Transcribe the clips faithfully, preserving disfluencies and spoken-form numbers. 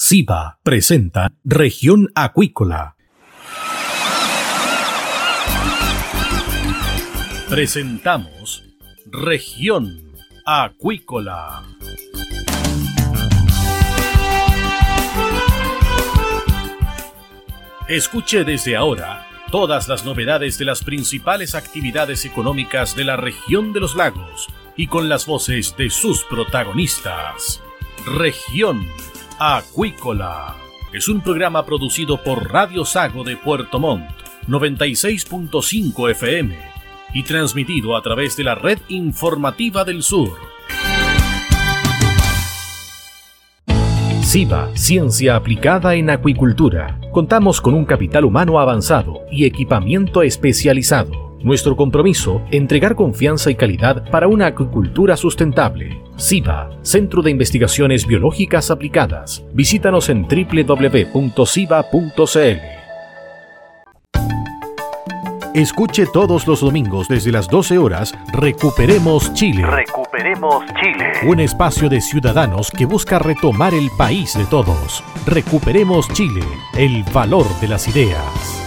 SIVA presenta Región Acuícola. Presentamos Región Acuícola. Escuche desde ahora todas las novedades de las principales actividades económicas de la región de los lagos y con las voces de sus protagonistas. Región Acuícola es un programa producido por Radio Sago de Puerto Montt, noventa y seis punto cinco F M, y transmitido a través de la Red Informativa del Sur. SIVA, Ciencia Aplicada en Acuicultura. Contamos con un capital humano avanzado y equipamiento especializado. Nuestro compromiso, entregar confianza y calidad para una acuicultura sustentable. SIVA, Centro de Investigaciones Biológicas Aplicadas. Visítanos en doble u doble u doble u punto siva punto c l. Escuche todos los domingos desde las doce horas Recuperemos Chile. Recuperemos Chile. Un espacio de ciudadanos que busca retomar el país de todos. Recuperemos Chile, el valor de las ideas.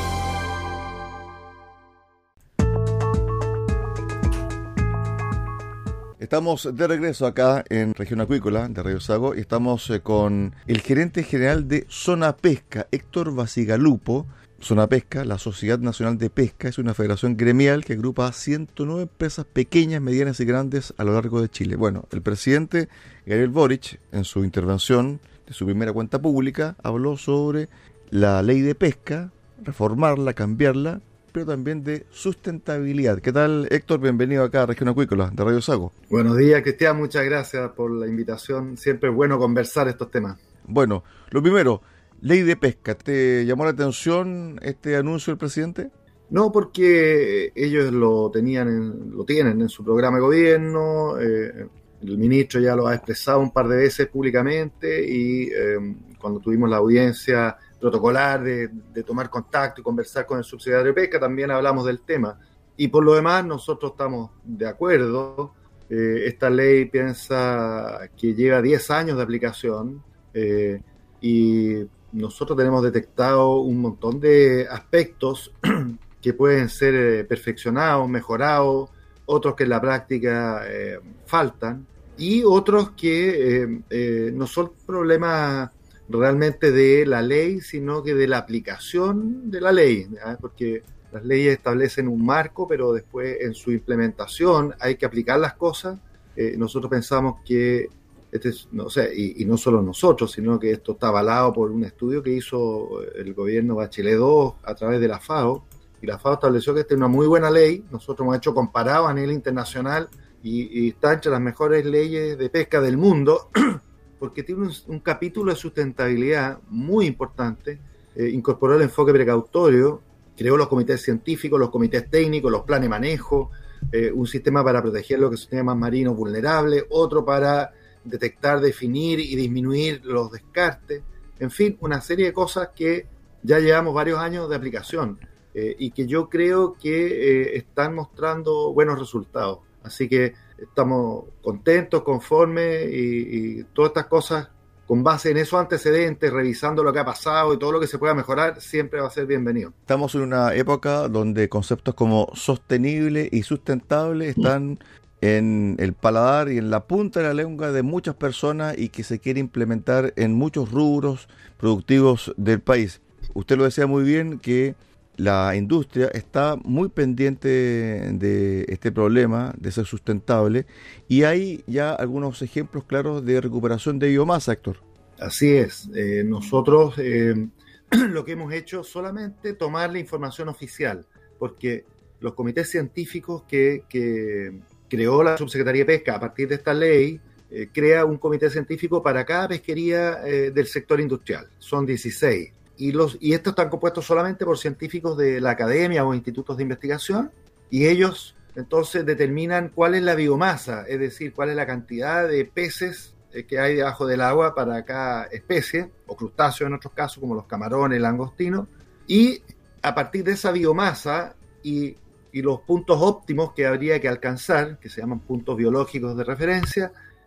Estamos de regreso acá en Región Acuícola de Radio Sago y estamos eh, con el gerente general de Zona Pesca, Héctor Basigalupo. Zona Pesca, la Sociedad Nacional de Pesca, es una federación gremial que agrupa a ciento nueve empresas pequeñas, medianas y grandes a lo largo de Chile. Bueno, el presidente Gabriel Boric, en su intervención de su primera cuenta pública, habló sobre la ley de pesca, reformarla, cambiarla, pero también de sustentabilidad. ¿Qué tal, Héctor? Bienvenido acá a Región Acuícola de Radio Sago. Buenos días, Cristian. Muchas gracias por la invitación. Siempre es bueno conversar estos temas. Bueno, lo primero, ley de pesca. ¿Te llamó la atención este anuncio del presidente? No, porque ellos lo tenían, en, lo tienen en su programa de gobierno. Eh, el ministro ya lo ha expresado un par de veces públicamente y eh, cuando tuvimos la audiencia protocolar de, de tomar contacto y conversar con el subsecretario de Pesca, también hablamos del tema. Y por lo demás, nosotros estamos de acuerdo. Eh, esta ley piensa que lleva diez años de aplicación eh, y nosotros tenemos detectado un montón de aspectos que pueden ser eh, perfeccionados, mejorados, otros que en la práctica eh, faltan y otros que eh, eh, no son problemas realmente de la ley, sino que de la aplicación de la ley, ¿eh? Porque las leyes establecen un marco, pero después en su implementación hay que aplicar las cosas. Eh, nosotros pensamos que, este es, no sé, y, y no solo nosotros, sino que esto está avalado por un estudio que hizo el gobierno Bachelet dos a través de la FAO, y la FAO estableció que esta es una muy buena ley. Nosotros hemos hecho comparado a nivel internacional y, y está entre las mejores leyes de pesca del mundo, porque tiene un, un capítulo de sustentabilidad muy importante, eh, incorporó el enfoque precautorio, creó los comités científicos, los comités técnicos, los planes de manejo, eh, un sistema para proteger los sistemas marinos vulnerables, otro para detectar, definir y disminuir los descartes, en fin, una serie de cosas que ya llevamos varios años de aplicación eh, y que yo creo que eh, están mostrando buenos resultados. Así que estamos contentos, conformes y, y todas estas cosas con base en esos antecedentes, revisando lo que ha pasado y todo lo que se pueda mejorar, siempre va a ser bienvenido. Estamos en una época donde conceptos como sostenible y sustentable están en el paladar y en la punta de la lengua de muchas personas y que se quiere implementar en muchos rubros productivos del país. Usted lo decía muy bien que la industria está muy pendiente de este problema, de ser sustentable, y hay ya algunos ejemplos claros de recuperación de biomasa, Héctor. Así es. Eh, nosotros eh, lo que hemos hecho solamente tomar la información oficial, porque los comités científicos que, que creó la Subsecretaría de Pesca a partir de esta ley, eh, crea un comité científico para cada pesquería eh, del sector industrial. Son dieciséis. Y, los, y estos están compuestos solamente por científicos de la academia o institutos de investigación, y ellos entonces determinan cuál es la biomasa, es decir, cuál es la cantidad de peces que hay debajo del agua para cada especie, o crustáceos en otros casos, como los camarones, el langostino, y a partir de esa biomasa y, y los puntos óptimos que habría que alcanzar, que se llaman puntos biológicos de referencia,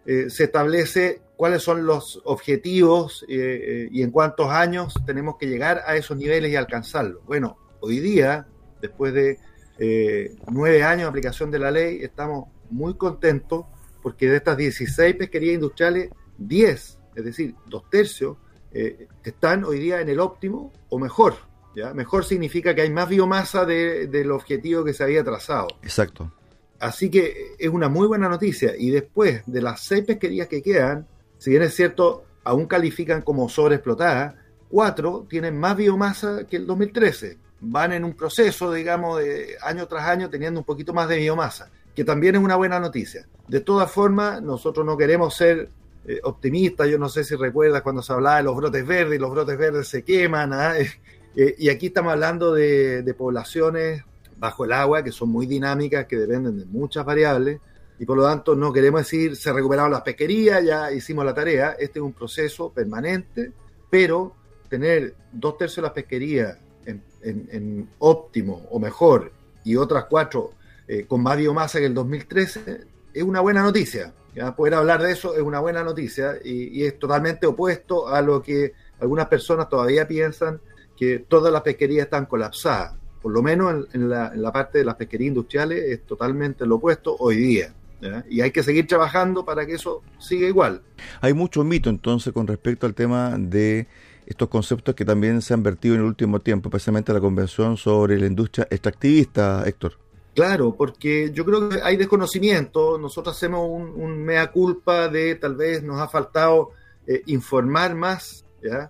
eh, se establece cuáles son los objetivos eh, eh, y en cuántos años tenemos que llegar a esos niveles y alcanzarlos. Bueno, hoy día, después de eh, nueve años de aplicación de la ley, estamos muy contentos porque de estas dieciséis pesquerías industriales, diez, es decir, dos tercios, eh, están hoy día en el óptimo o mejor. ¿Ya? Mejor significa que hay más biomasa de, del objetivo que se había trazado. Exacto. Así que es una muy buena noticia. Y después de las seis pesquerías que quedan, si bien es cierto, aún califican como sobreexplotadas, cuatro tienen más biomasa que el dos mil trece. Van en un proceso, digamos, de año tras año teniendo un poquito más de biomasa, que también es una buena noticia. De todas formas, nosotros no queremos ser eh, optimistas. Yo no sé si recuerdas cuando se hablaba de los brotes verdes y los brotes verdes se queman. ¿eh? Eh, y aquí estamos hablando de, de poblaciones bajo el agua que son muy dinámicas, que dependen de muchas variables, y por lo tanto no queremos decir se recuperaron las pesquerías, ya hicimos la tarea. Este es un proceso permanente, pero tener dos tercios de las pesquerías en, en, en óptimo o mejor y otras cuatro eh, con más biomasa que el dos mil trece es una buena noticia. ¿Ya? Poder hablar de eso es una buena noticia y, y es totalmente opuesto a lo que algunas personas todavía piensan, que todas las pesquerías están colapsadas. Por lo menos en, en, la, en la parte de las pesquerías industriales es totalmente lo opuesto hoy día. ¿Ya? Y hay que seguir trabajando para que eso siga igual. Hay mucho mito entonces con respecto al tema de estos conceptos que también se han vertido en el último tiempo, especialmente la Convención sobre la Industria Extractivista, Héctor. Claro, porque yo creo que hay desconocimiento. Nosotros hacemos un, un mea culpa de tal vez nos ha faltado eh, informar más, ¿ya?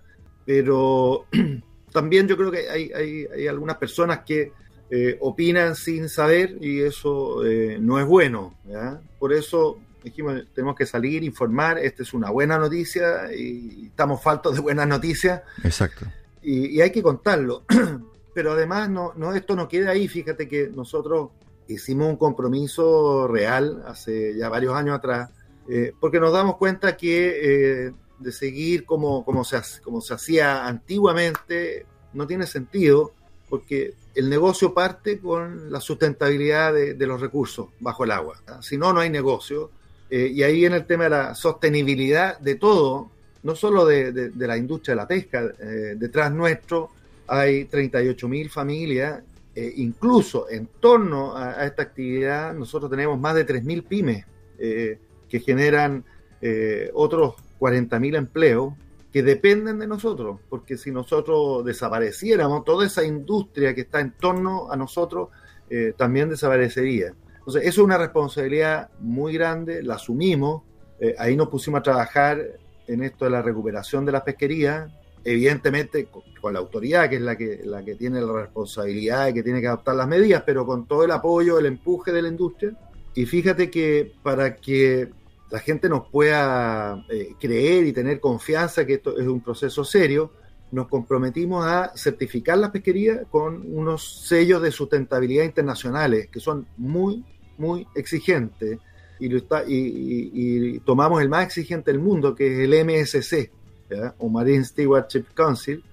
Pero también yo creo que hay, hay, hay algunas personas que eh, opinan sin saber y eso eh, no es bueno, ¿ya? Por eso dijimos, tenemos que salir, informar. Esta es una buena noticia y estamos faltos de buenas noticias. Exacto. Y, y hay que contarlo. Pero además no, no, esto no queda ahí. Fíjate que nosotros hicimos un compromiso real hace ya varios años atrás, eh, porque nos damos cuenta que... Eh, de seguir como, como, se, como se hacía antiguamente no tiene sentido, porque el negocio parte con la sustentabilidad de, de los recursos bajo el agua. Si no, no hay negocio. Eh, y ahí viene el tema de la sostenibilidad de todo, no solo de, de, de la industria de la pesca. Eh, detrás nuestro hay treinta y ocho mil familias. Eh, incluso en torno a, a esta actividad, nosotros tenemos más de tres mil pymes eh, que generan eh, otros cuarenta mil empleos que dependen de nosotros, porque si nosotros desapareciéramos, toda esa industria que está en torno a nosotros eh, también desaparecería. Entonces, eso es una responsabilidad muy grande, la asumimos, eh, ahí nos pusimos a trabajar en esto de la recuperación de las pesquerías, evidentemente con, con la autoridad, que es la que, la que tiene la responsabilidad y que tiene que adoptar las medidas, pero con todo el apoyo, el empuje de la industria. Y fíjate que para que la gente nos pueda eh, creer y tener confianza que esto es un proceso serio, nos comprometimos a certificar las pesquerías con unos sellos de sustentabilidad internacionales que son muy, muy exigentes y, lo está, y, y, y tomamos el más exigente del mundo, que es el M S C, ¿ya? O Marine Stewardship Council,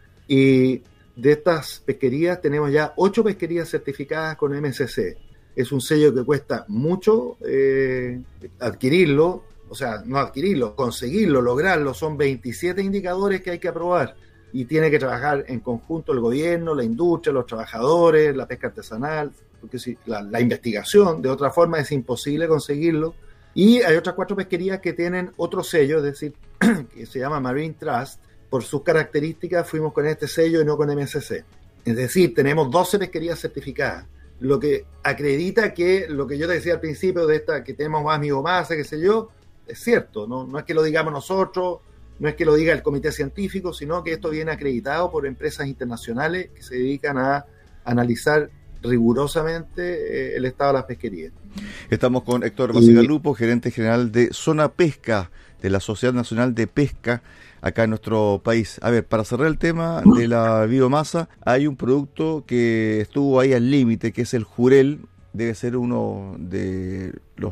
y de estas pesquerías tenemos ya ocho pesquerías certificadas con M S C. Es un sello que cuesta mucho eh, adquirirlo, o sea, no adquirirlo, conseguirlo, lograrlo. Son veintisiete indicadores que hay que aprobar y tiene que trabajar en conjunto el gobierno, la industria, los trabajadores, la pesca artesanal, porque si, la, la investigación. De otra forma es imposible conseguirlo. Y hay otras cuatro pesquerías que tienen otro sello, es decir, que se llama Marine Trust. Por sus características fuimos con este sello y no con M S C. Es decir, tenemos doce pesquerías certificadas, lo que acredita que lo que yo te decía al principio de esta, que tenemos más biomasa, qué sé yo, es cierto. No, no es que lo digamos nosotros, no es que lo diga el comité científico, sino que esto viene acreditado por empresas internacionales que se dedican a analizar rigurosamente eh, el estado de las pesquerías. Estamos con Héctor Bacigalupo, gerente general de Zona Pesca, de la Sociedad Nacional de Pesca acá en nuestro país. A ver, para cerrar el tema de la biomasa, hay un producto que estuvo ahí al límite, que es el jurel. Debe ser uno de los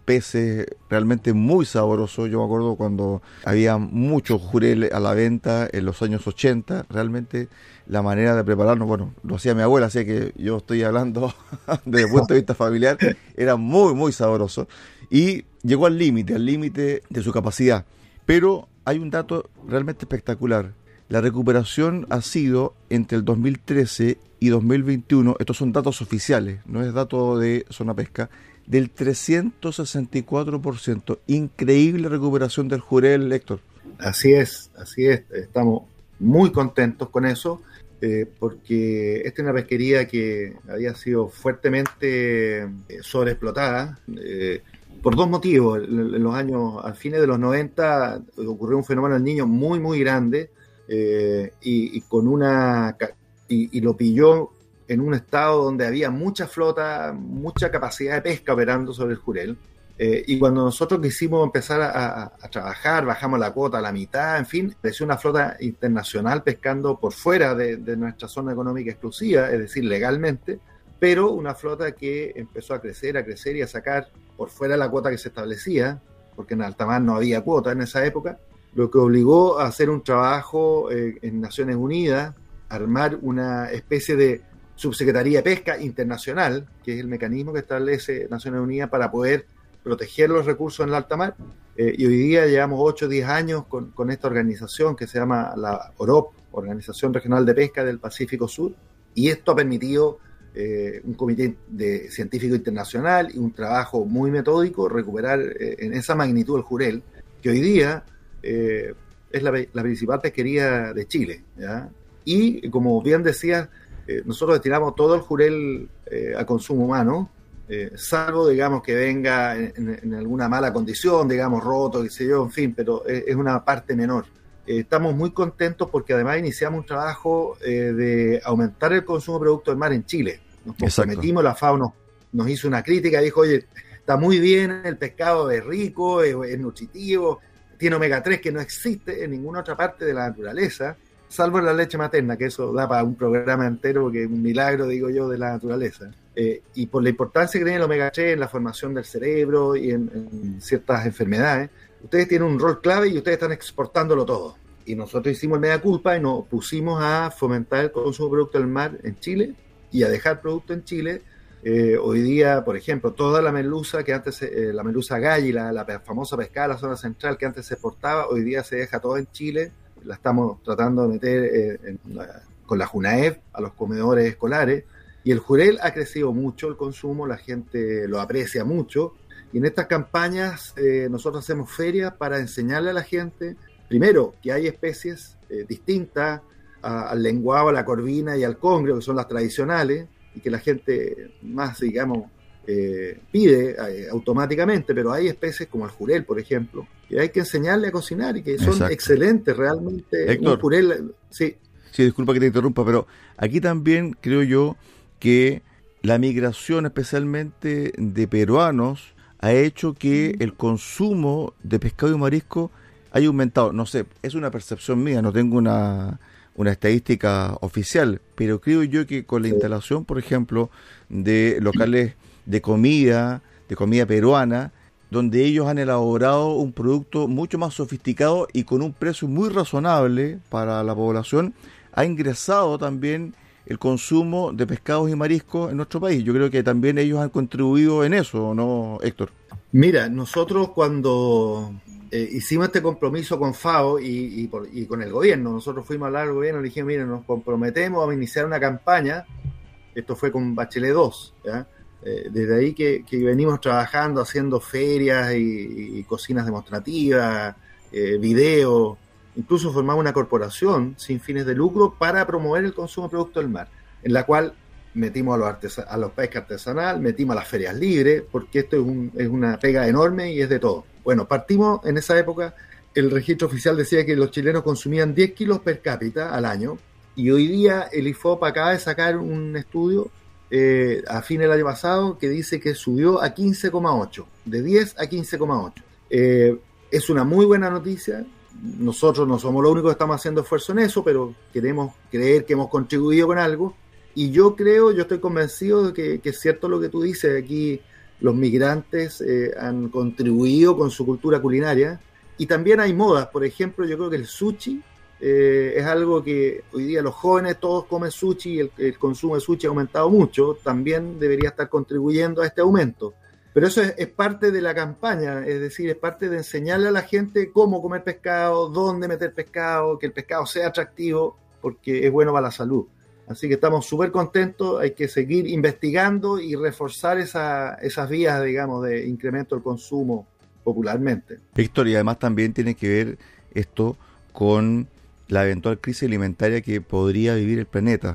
peces realmente muy sabrosos. Yo me acuerdo cuando había muchos jureles a la venta en los años ochenta, realmente la manera de prepararnos, bueno, lo hacía mi abuela, así que yo estoy hablando desde el punto de vista familiar, era muy, muy sabroso. Y llegó al límite, al límite de su capacidad. Pero hay un dato realmente espectacular. La recuperación ha sido entre el dos mil trece y dos mil veintiuno, estos son datos oficiales, no es dato de Zona Pesca, del trescientos sesenta y cuatro por ciento. Increíble recuperación del jurel, Héctor. Así es, así es. Estamos muy contentos con eso, eh, porque esta es una pesquería que había sido fuertemente eh, sobreexplotada, eh, por dos motivos. En los años, al fines de los noventa, ocurrió un fenómeno del Niño muy, muy grande, eh, y, y con una y, y lo pilló en un estado donde había mucha flota, mucha capacidad de pesca operando sobre el jurel. Eh, y cuando nosotros quisimos empezar a, a, a trabajar, bajamos la cuota a la mitad, en fin, apareció una flota internacional pescando por fuera de, de nuestra zona económica exclusiva, es decir, legalmente, pero una flota que empezó a crecer, a crecer y a sacar por fuera la cuota que se establecía, porque en alta mar no había cuota en esa época, lo que obligó a hacer un trabajo eh, en Naciones Unidas, armar una especie de subsecretaría de pesca internacional, que es el mecanismo que establece Naciones Unidas para poder proteger los recursos en la alta mar, eh, y hoy día llevamos ocho o diez años con, con esta organización que se llama la O R O P, Organización Regional de Pesca del Pacífico Sur, y esto ha permitido eh, un comité de científico internacional y un trabajo muy metódico recuperar eh, en esa magnitud el jurel, que hoy día eh, es la, la principal pesquería de Chile, ¿ya? Y como bien decías, eh, nosotros destinamos todo el jurel eh, a consumo humano, Eh, salvo, digamos, que venga en, en alguna mala condición, digamos, roto, qué sé yo, en fin, pero es, es una parte menor. Eh, estamos muy contentos porque además iniciamos un trabajo eh, de aumentar el consumo de productos del mar en Chile. Nos comprometimos, la FAO nos, nos hizo una crítica, dijo, oye, está muy bien, el pescado es rico, es, es nutritivo, tiene omega tres que no existe en ninguna otra parte de la naturaleza, salvo en la leche materna, que eso da para un programa entero, que es un milagro, digo yo, de la naturaleza. Eh, y por la importancia que tiene el omega tres en la formación del cerebro y en, en ciertas enfermedades, ustedes tienen un rol clave y ustedes están exportándolo todo. Y nosotros hicimos el mea culpa y nos pusimos a fomentar el consumo de productos del mar en Chile y a dejar productos en Chile. Eh, hoy día, por ejemplo, toda la merluza que antes, eh, la merluza galli, la, la famosa pescada de la zona central que antes se exportaba, hoy día se deja todo en Chile. La estamos tratando de meter eh, en, con la JUNAEV a los comedores escolares. Y el jurel ha crecido mucho el consumo, la gente lo aprecia mucho. Y en estas campañas eh, nosotros hacemos ferias para enseñarle a la gente, primero, que hay especies eh, distintas a, al lenguado, a la corvina y al congrio, que son las tradicionales, y que la gente más, digamos, eh, pide eh, automáticamente, pero hay especies como el jurel, por ejemplo, que hay que enseñarle a cocinar y que son Exacto. excelentes realmente. Héctor, un jurel, sí. Sí, disculpa que te interrumpa, pero aquí también creo yo que la migración especialmente de peruanos ha hecho que el consumo de pescado y marisco haya aumentado. No sé, es una percepción mía, no tengo una, una estadística oficial, pero creo yo que con la instalación, por ejemplo, de locales de comida, de comida peruana, donde ellos han elaborado un producto mucho más sofisticado y con un precio muy razonable para la población, ha ingresado también el consumo de pescados y mariscos en nuestro país. Yo creo que también ellos han contribuido en eso, ¿no, Héctor? Mira, nosotros cuando eh, hicimos este compromiso con FAO y, y, por, y con el gobierno, nosotros fuimos a hablar al gobierno y le dijimos, miren, nos comprometemos a iniciar una campaña, esto fue con Bachelet dos, ¿ya? Eh, desde ahí que, que venimos trabajando, haciendo ferias y, y cocinas demostrativas, eh, videos, incluso formamos una corporación sin fines de lucro para promover el consumo de productos del mar, en la cual metimos a los, artesa- a los pesca artesanal, metimos a las ferias libres, porque esto es, un, es una pega enorme y es de todo. Bueno, partimos en esa época, el registro oficial decía que los chilenos consumían diez kilos per cápita al año, y hoy día el I F O P acaba de sacar un estudio eh, a fin del año pasado que dice que subió a quince coma ocho, de diez a quince coma ocho. Eh, es una muy buena noticia. Nosotros no somos los únicos que estamos haciendo esfuerzo en eso, pero queremos creer que hemos contribuido con algo. Y yo creo, yo estoy convencido de que, que es cierto lo que tú dices. Aquí los migrantes eh, han contribuido con su cultura culinaria. Y también hay modas, por ejemplo, yo creo que el sushi eh, es algo que hoy día los jóvenes todos comen sushi y el, el consumo de sushi ha aumentado mucho, también debería estar contribuyendo a este aumento. Pero eso es, es parte de la campaña, es decir, es parte de enseñarle a la gente cómo comer pescado, dónde meter pescado, que el pescado sea atractivo, porque es bueno para la salud. Así que estamos súper contentos, hay que seguir investigando y reforzar esa, esas vías, digamos, de incremento del consumo popularmente. Héctor, y además también tiene que ver esto con la eventual crisis alimentaria que podría vivir el planeta.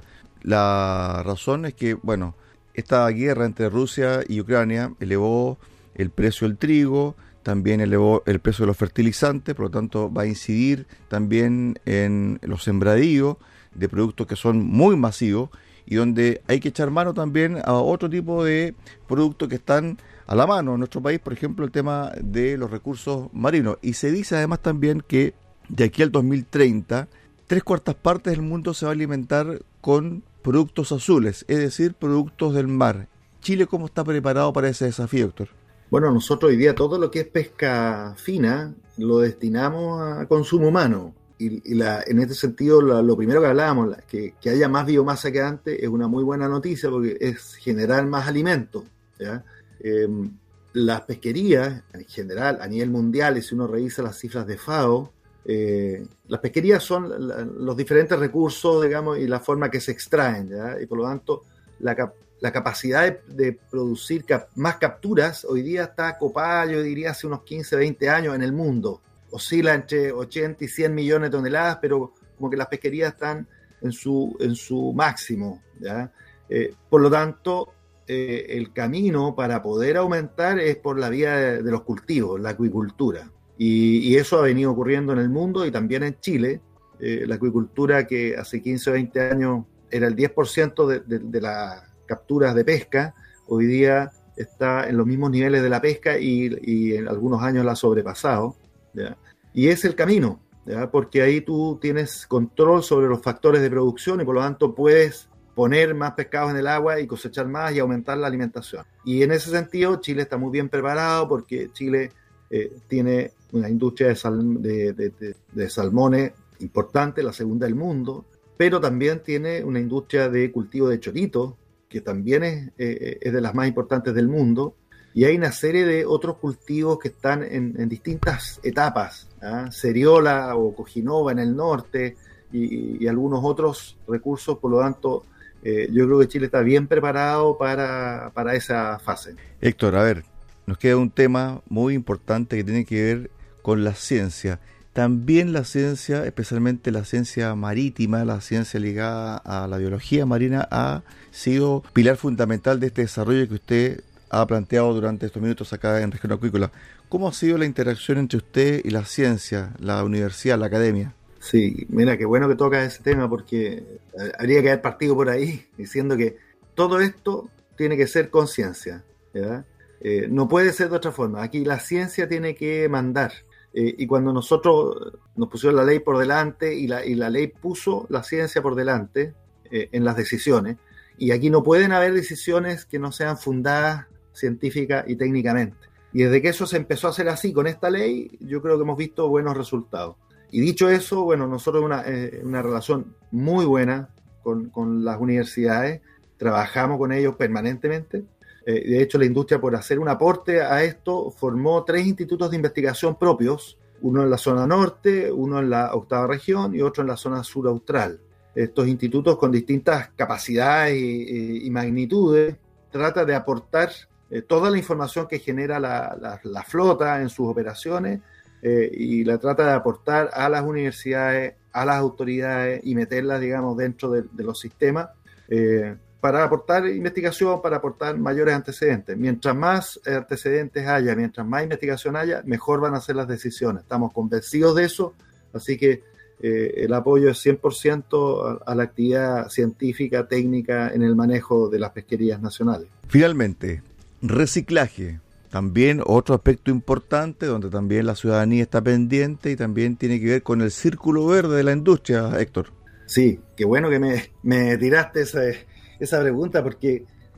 La razón es que, bueno, esta guerra entre Rusia y Ucrania elevó el precio del trigo, también elevó el precio de los fertilizantes, por lo tanto va a incidir también en los sembradíos de productos que son muy masivos y donde hay que echar mano también a otro tipo de productos que están a la mano en nuestro país, por ejemplo, el tema de los recursos marinos. Y se dice además también que de aquí al dos mil treinta, tres cuartas partes del mundo se va a alimentar con productos azules, es decir, productos del mar. ¿Chile cómo está preparado para ese desafío, Héctor? Bueno, nosotros hoy día todo lo que es pesca fina lo destinamos a consumo humano. Y, y la, en este sentido, la, lo primero que hablábamos, la, que, que haya más biomasa que antes, es una muy buena noticia porque es generar más alimentos, ¿ya? Eh, las pesquerías, en general, a nivel mundial, y si uno revisa las cifras de FAO, eh, las pesquerías son la, los diferentes recursos, digamos, y la forma que se extraen, ¿ya? Y por lo tanto, la, cap- la capacidad de, de producir cap- más capturas hoy día está copada, yo diría, hace unos quince, veinte años en el mundo. Oscila entre ochenta y cien millones de toneladas, pero como que las pesquerías están en su, en su máximo, ¿ya? Eh, por lo tanto, Eh, el camino para poder aumentar es por la vía de, de los cultivos, la acuicultura. Y, y eso ha venido ocurriendo en el mundo y también en Chile. Eh, la acuicultura, que hace quince o veinte años era el diez por ciento de, de, de las capturas de pesca, hoy día está en los mismos niveles de la pesca y, y en algunos años la ha sobrepasado, ¿ya? Y es el camino, ¿ya? Porque ahí tú tienes control sobre los factores de producción y por lo tanto puedes poner más pescados en el agua y cosechar más y aumentar la alimentación. Y en ese sentido, Chile está muy bien preparado porque Chile eh, tiene una industria de, sal, de, de, de, de salmones importante, la segunda del mundo, pero también tiene una industria de cultivo de choritos, que también es, eh, es de las más importantes del mundo, y hay una serie de otros cultivos que están en, en distintas etapas, ¿eh? Seriola o Cojinova en el norte, y, y algunos otros recursos, por lo tanto, Eh, yo creo que Chile está bien preparado para, para esa fase. Héctor, a ver, nos queda un tema muy importante que tiene que ver con la ciencia. También la ciencia, especialmente la ciencia marítima, la ciencia ligada a la biología marina, ha sido pilar fundamental de este desarrollo que usted ha planteado durante estos minutos acá en Región Acuícola. ¿Cómo ha sido la interacción entre usted y la ciencia, la universidad, la academia? Sí, mira, qué bueno que tocas ese tema porque habría que haber partido por ahí diciendo que todo esto tiene que ser conciencia, ¿verdad? Eh, no puede ser de otra forma. Aquí la ciencia tiene que mandar. Eh, y cuando nosotros nos pusieron la ley por delante y la, y la ley puso la ciencia por delante eh, en las decisiones, y aquí no pueden haber decisiones que no sean fundadas científica y técnicamente. Y desde que eso se empezó a hacer así con esta ley, yo creo que hemos visto buenos resultados. Y dicho eso, bueno, nosotros una, eh, una relación muy buena con, con las universidades, trabajamos con ellos permanentemente. Eh, de hecho, la industria, por hacer un aporte a esto, formó tres institutos de investigación propios, uno en la zona norte, uno en la octava región y otro en la zona sur austral. Estos institutos, con distintas capacidades y, y, y magnitudes, tratan de aportar eh, toda la información que genera la, la, la flota en sus operaciones, Eh, y la trata de aportar a las universidades, a las autoridades y meterlas, digamos, dentro de, de los sistemas eh, para aportar investigación, para aportar mayores antecedentes. Mientras más antecedentes haya, mientras más investigación haya, mejor van a ser las decisiones. Estamos convencidos de eso, así que eh, el apoyo es cien por ciento a, a la actividad científica, técnica en el manejo de las pesquerías nacionales. Finalmente, reciclaje. También otro aspecto importante donde también la ciudadanía está pendiente y también tiene que ver con el círculo verde de la industria, Héctor. Sí, qué bueno que me, me tiraste esa, esa pregunta porque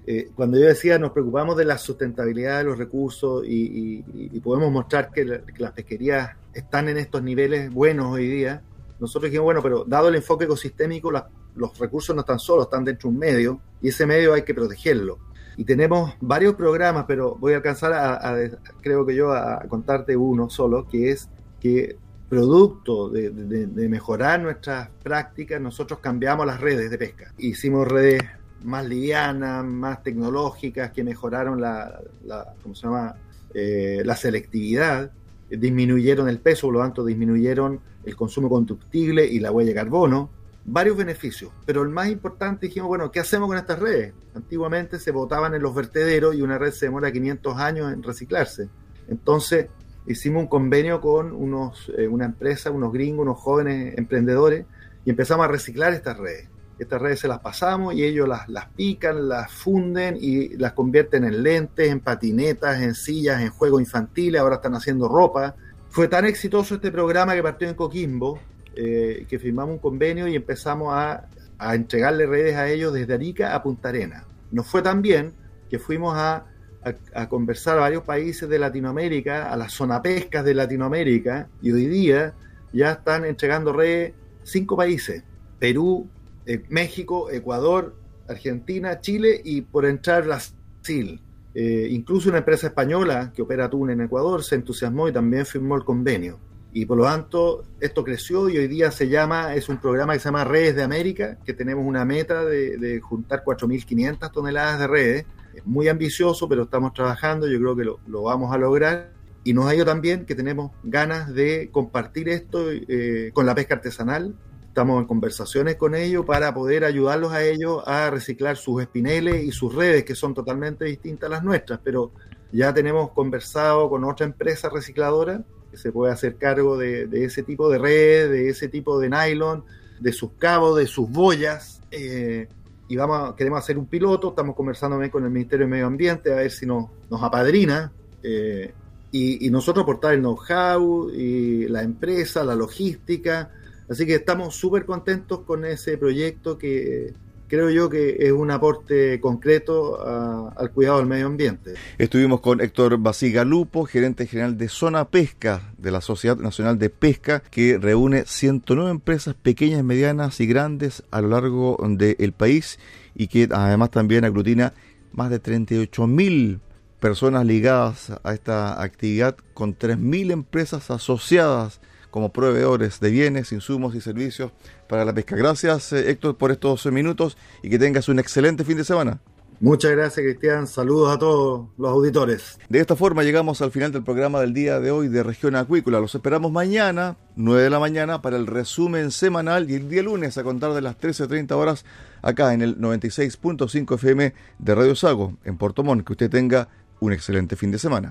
eh, cuando yo decía nos preocupamos de la sustentabilidad de los recursos y, y, y podemos mostrar que, la, que las pesquerías están en estos niveles buenos hoy día, nosotros dijimos, bueno, pero dado el enfoque ecosistémico, la, los recursos no están solos, están dentro de un medio, y ese medio hay que protegerlo. Y tenemos varios programas, pero voy a alcanzar a, a creo que yo, a contarte uno solo, que es que producto de, de, de mejorar nuestras prácticas, nosotros cambiamos las redes de pesca. Hicimos redes más livianas, más tecnológicas, que mejoraron la, la ¿cómo se llama? Eh, la selectividad, disminuyeron el peso, por lo tanto disminuyeron el consumo combustible y la huella de carbono. Varios beneficios, pero el más importante, dijimos, bueno, ¿qué hacemos con estas redes? Antiguamente se botaban en los vertederos y una red se demora quinientos años en reciclarse. Entonces hicimos un convenio con unos, eh, una empresa, unos gringos, unos jóvenes emprendedores, y empezamos a reciclar estas redes. Estas redes se las pasamos y ellos las, las pican, las funden y las convierten en lentes, en patinetas, en sillas, en juegos infantiles, ahora están haciendo ropa. Fue tan exitoso este programa que partió en Coquimbo, eh, que firmamos un convenio y empezamos a, a entregarle redes a ellos desde Arica a Punta Arenas. Nos fue tan bien que fuimos a, a, a conversar a varios países de Latinoamérica, a las zonapescas de Latinoamérica, y hoy día ya están entregando redes cinco países: Perú, eh, México, Ecuador, Argentina, Chile y por entrar Brasil. Eh, incluso una empresa española que opera atún en Ecuador se entusiasmó y también firmó el convenio. Y por lo tanto, esto creció y hoy día se llama, es un programa que se llama Redes de América, que tenemos una meta de, de juntar cuatro mil quinientas toneladas de redes. Es muy ambicioso, pero estamos trabajando, yo creo que lo, lo vamos a lograr. Y nos ha ido también que tenemos ganas de compartir esto eh, con la pesca artesanal. Estamos en conversaciones con ellos para poder ayudarlos a ellos a reciclar sus espineles y sus redes, que son totalmente distintas a las nuestras, pero ya tenemos conversado con otra empresa recicladora que se puede hacer cargo de, de ese tipo de red, de ese tipo de nylon, de sus cabos, de sus boyas, eh, y vamos, queremos hacer un piloto. Estamos conversando con el Ministerio de Medio Ambiente a ver si nos, nos apadrina, eh, y, y nosotros aportar el know-how y la empresa, la logística. Así que estamos súper contentos con ese proyecto que creo yo que es un aporte concreto a, al cuidado del medio ambiente. Estuvimos con Héctor Basigalupo, gerente general de Zona Pesca de la Sociedad Nacional de Pesca, que reúne ciento nueve empresas pequeñas, medianas y grandes a lo largo del país y que además también aglutina más de treinta y ocho mil personas ligadas a esta actividad, con tres mil empresas asociadas como proveedores de bienes, insumos y servicios para la pesca. Gracias, Héctor, por estos minutos y que tengas un excelente fin de semana. Muchas gracias, Cristian. Saludos a todos los auditores. De esta forma llegamos al final del programa del día de hoy de Región Acuícola. Los esperamos mañana, nueve de la mañana, para el resumen semanal, y el día lunes a contar de las trece treinta horas acá en el noventa y seis punto cinco F M de Radio Sago en Puerto Montt. Que usted tenga un excelente fin de semana.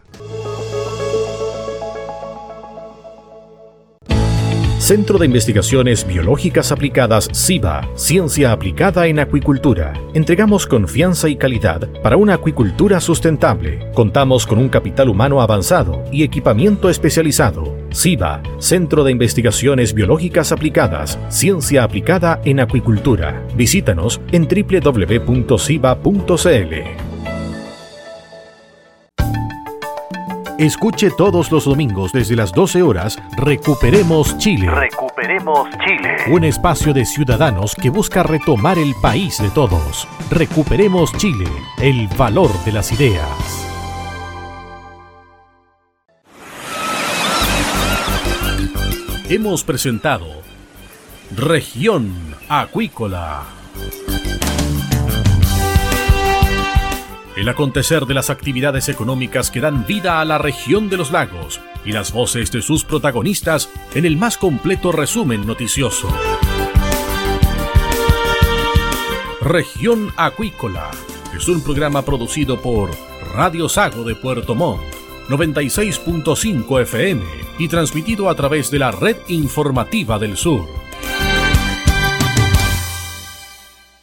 Centro de Investigaciones Biológicas Aplicadas CIBA, Ciencia Aplicada en Acuicultura. Entregamos confianza y calidad para una acuicultura sustentable. Contamos con un capital humano avanzado y equipamiento especializado. CIBA, Centro de Investigaciones Biológicas Aplicadas, Ciencia Aplicada en Acuicultura. Visítanos en doble u doble u doble u punto ciba punto c l. Escuche todos los domingos desde las doce horas Recuperemos Chile. Recuperemos Chile. Un espacio de ciudadanos que busca retomar el país de todos. Recuperemos Chile, el valor de las ideas. Hemos presentado Región Acuícola. El acontecer de las actividades económicas que dan vida a la región de los lagos y las voces de sus protagonistas en el más completo resumen noticioso. Región Acuícola es un programa producido por Radio Sago de Puerto Montt, noventa y seis punto cinco F M y transmitido a través de la Red Informativa del Sur.